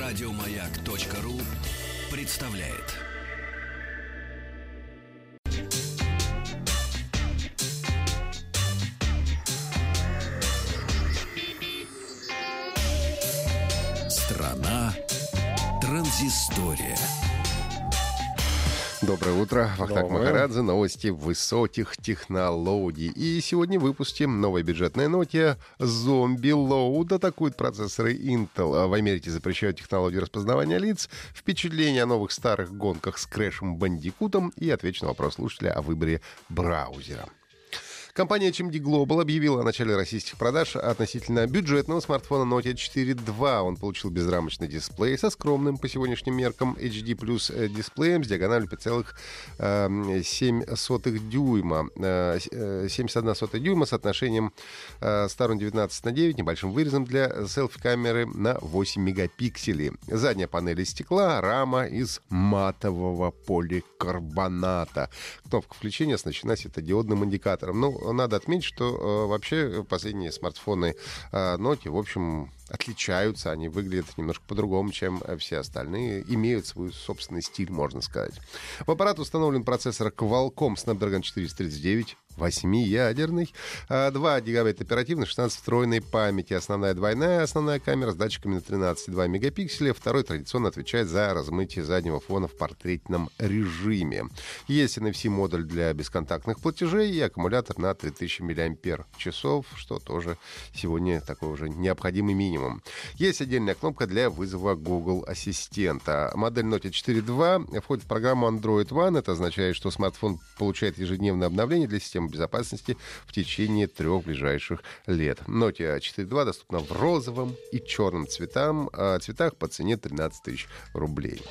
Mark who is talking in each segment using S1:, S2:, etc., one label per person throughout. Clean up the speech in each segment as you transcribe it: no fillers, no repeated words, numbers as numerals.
S1: Радиомаяк.ру представляет. Страна транзистория.
S2: Доброе утро. Вахтанг Махарадзе. Новости высоких технологий. И сегодня в выпуске новая бюджетная Nokia Zombie Load атакует процессоры Intel. В Америке запрещают технологию распознавания лиц. Впечатление о новых старых гонках с Крэшем Бандикутом. И отвечу на вопрос слушателя о выборе браузера. Компания HMD Global объявила о начале российских продаж относительно бюджетного смартфона Nokia 4.2. Он получил безрамочный дисплей со скромным по сегодняшним меркам HD Plus дисплеем с диагональю 5,7 дюйма. 71 дюйма с отношением сторон 19:9, небольшим вырезом для селфи-камеры на 8 мегапикселей. Задняя панель из стекла, рама из матового поликарбоната. Кнопка включения оснащена светодиодным индикатором. Надо отметить, что вообще последние смартфоны Nokia, в общем, отличаются. Они выглядят немножко по-другому, чем все остальные. Имеют свой собственный стиль, можно сказать. В аппарат установлен процессор Qualcomm Snapdragon 439, 8-ядерный, 2 гигабайта оперативной, 16 встроенной памяти. Основная двойная камера с датчиками на 13,2 мегапикселя. Второй традиционно отвечает за размытие заднего фона в портретном режиме. Есть NFC-модуль для бесконтактных платежей и аккумулятор на 3000 мАч, что тоже сегодня такой уже необходимый минимум. Есть отдельная кнопка для вызова Google Ассистента. Модель Nokia 4.2 входит в программу Android One. Это означает, что смартфон получает ежедневное обновление для системы безопасности в течение 3 ближайших лет. Nokia 4.2 доступна в розовом и черном цветах по цене 13 000 рублей.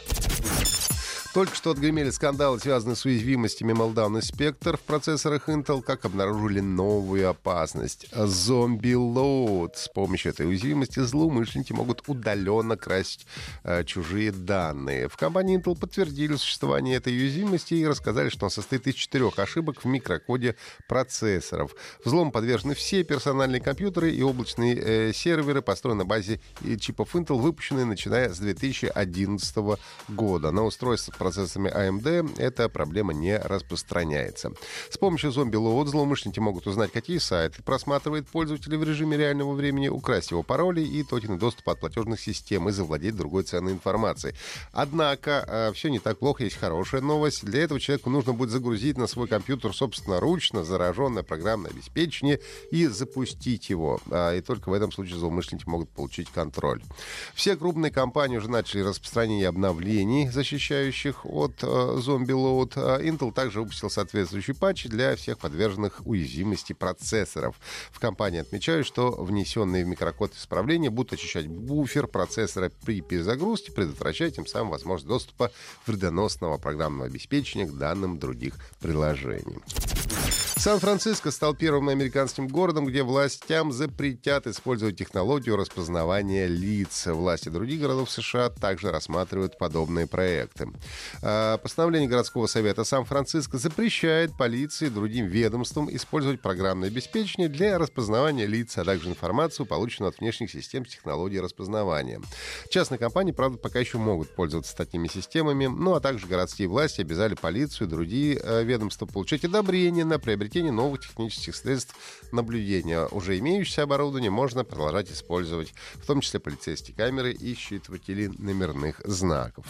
S2: Только что отгремели скандалы, связанные с уязвимостями Meltdown и Spectre в процессорах Intel, как обнаружили новую опасность — Zombie Load. С помощью этой уязвимости злоумышленники могут удаленно красить чужие данные. В компании Intel подтвердили существование этой уязвимости и рассказали, что она состоит из 4 ошибок в микрокоде процессоров. Взлому подвержены все персональные компьютеры и облачные серверы, построенные на базе чипов Intel, выпущенные начиная с 2011 года. На устройствах процессорами AMD эта проблема не распространяется. С помощью Zombie Load злоумышленники могут узнать, какие сайты просматривает пользователь в режиме реального времени, украсть его пароли и токены доступа от платежных систем и завладеть другой ценной информацией. Однако все не так плохо, есть хорошая новость. Для этого человеку нужно будет загрузить на свой компьютер собственноручно зараженное программное обеспечение и запустить его. И только в этом случае злоумышленники могут получить контроль. Все крупные компании уже начали распространение обновлений, защищающих от Zombie Load. Intel также выпустил соответствующий патч для всех подверженных уязвимости процессоров. В компании отмечают, что внесенные в микрокод исправления будут очищать буфер процессора при перезагрузке, предотвращая тем самым возможность доступа вредоносного программного обеспечения к данным других приложений. Сан-Франциско стал первым американским городом, где властям запретят использовать технологию распознавания лиц. Власти других городов США также рассматривают подобные проекты. Постановление городского совета Сан-Франциско запрещает полиции и другим ведомствам использовать программное обеспечение для распознавания лиц, а также информацию, полученную от внешних систем с технологией распознавания. Частные компании, правда, пока еще могут пользоваться такими системами, а также городские власти обязали полицию и другие ведомства получать одобрение на приобретение новых технических средств наблюдения. Уже имеющееся оборудование можно продолжать использовать, в том числе полицейские камеры и считыватели номерных знаков.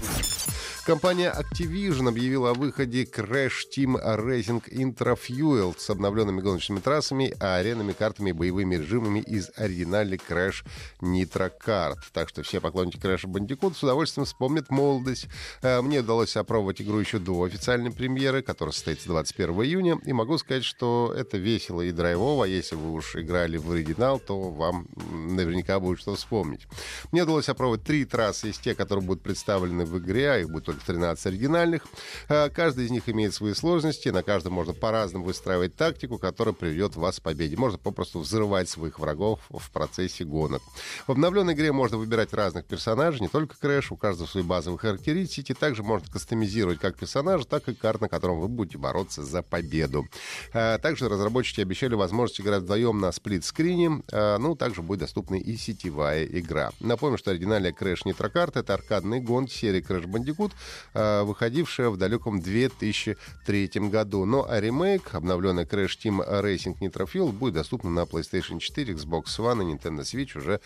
S2: Компания Activision объявила о выходе Crash Team Racing Intro Fuel с обновленными гоночными трассами, аренами, картами и боевыми режимами из оригинальной Crash Nitro Kart. Так что все поклонники Crash Bandicoot с удовольствием вспомнят молодость. Мне удалось опробовать игру еще до официальной премьеры, которая состоится 21 июня. И могу сказать, что это весело и драйвово. А если вы уж играли в оригинал, то вам наверняка будет что вспомнить. Мне удалось опробовать 3 трассы из тех, которые будут представлены в игре, а их будет только 13 оригинальных. Каждый из них имеет свои сложности. На каждом можно по-разному выстраивать тактику, которая приведет вас к победе. Можно попросту взрывать своих врагов в процессе гонок. В обновленной игре можно выбирать разных персонажей, не только Crash, у каждого свои базовые характеристики. Также можно кастомизировать как персонажа, так и карт, на котором вы будете бороться за победу. Также разработчики обещали возможность играть вдвоем на сплит-скрине. Также будет доступна и сетевая игра. Напомню, что оригинальная Crash Nitro Kart — это аркадные гонки серии Crash Bandicoot, выходившая в далеком 2003 году. Ну а ремейк, обновленный Crash Team Racing Nitro Fuel, будет доступна на PlayStation 4, Xbox One и Nintendo Switch уже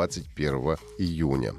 S2: 21 июня.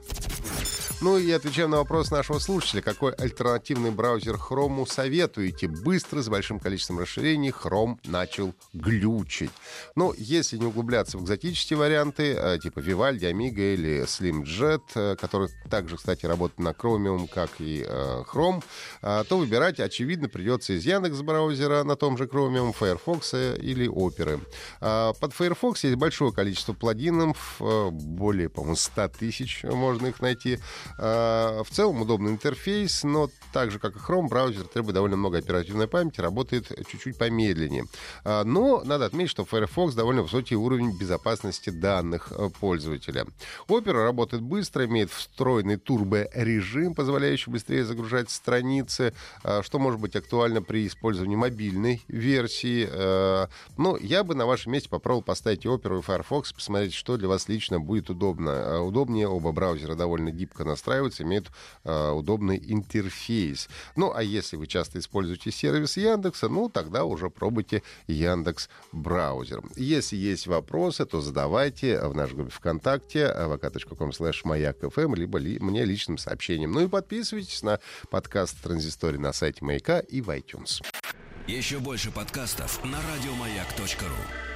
S2: Ну и отвечаем на вопрос нашего слушателя. Какой альтернативный браузер Chrome советуете? Быстро, с большим количеством расширений, Chrome начал глючить. Ну, если не углубляться в экзотические варианты, типа Vivaldi, Amiga или Slim Jet, которые также, кстати, работают на Chromium, как и Chrome, то выбирать, очевидно, придется из Яндекс.Браузера на том же Chromium, Firefox или Opera. Под Firefox есть большое количество плагинов, более, по-моему, 100 тысяч можно их найти. В целом удобный интерфейс, но так же, как и Chrome, браузер требует довольно много оперативной памяти, работает чуть-чуть помедленнее. Но надо отметить, что Firefox довольно высокий уровень безопасности данных пользователя. Opera работает быстро, имеет встроенный турборежим, позволяющий быстрее загружать страницы, что может быть актуально при использовании мобильной версии. Но я бы на вашем месте попробовал поставить Opera и Firefox, посмотреть, что для вас лично будет удобно. Удобнее, оба браузера довольно гибко настраиваются, имеют удобный интерфейс. Ну, а если вы часто используете сервис Яндекса, тогда уже пробуйте Яндекс.Браузер. Если есть вопросы, то задавайте в нашей группе ВКонтакте vk.com/mayak.fm, либо мне личным сообщением. Ну и подписывайтесь на подкаст «Транзистория» на сайте Маяка и в iTunes.
S1: Еще больше подкастов на радиомаяк.ру.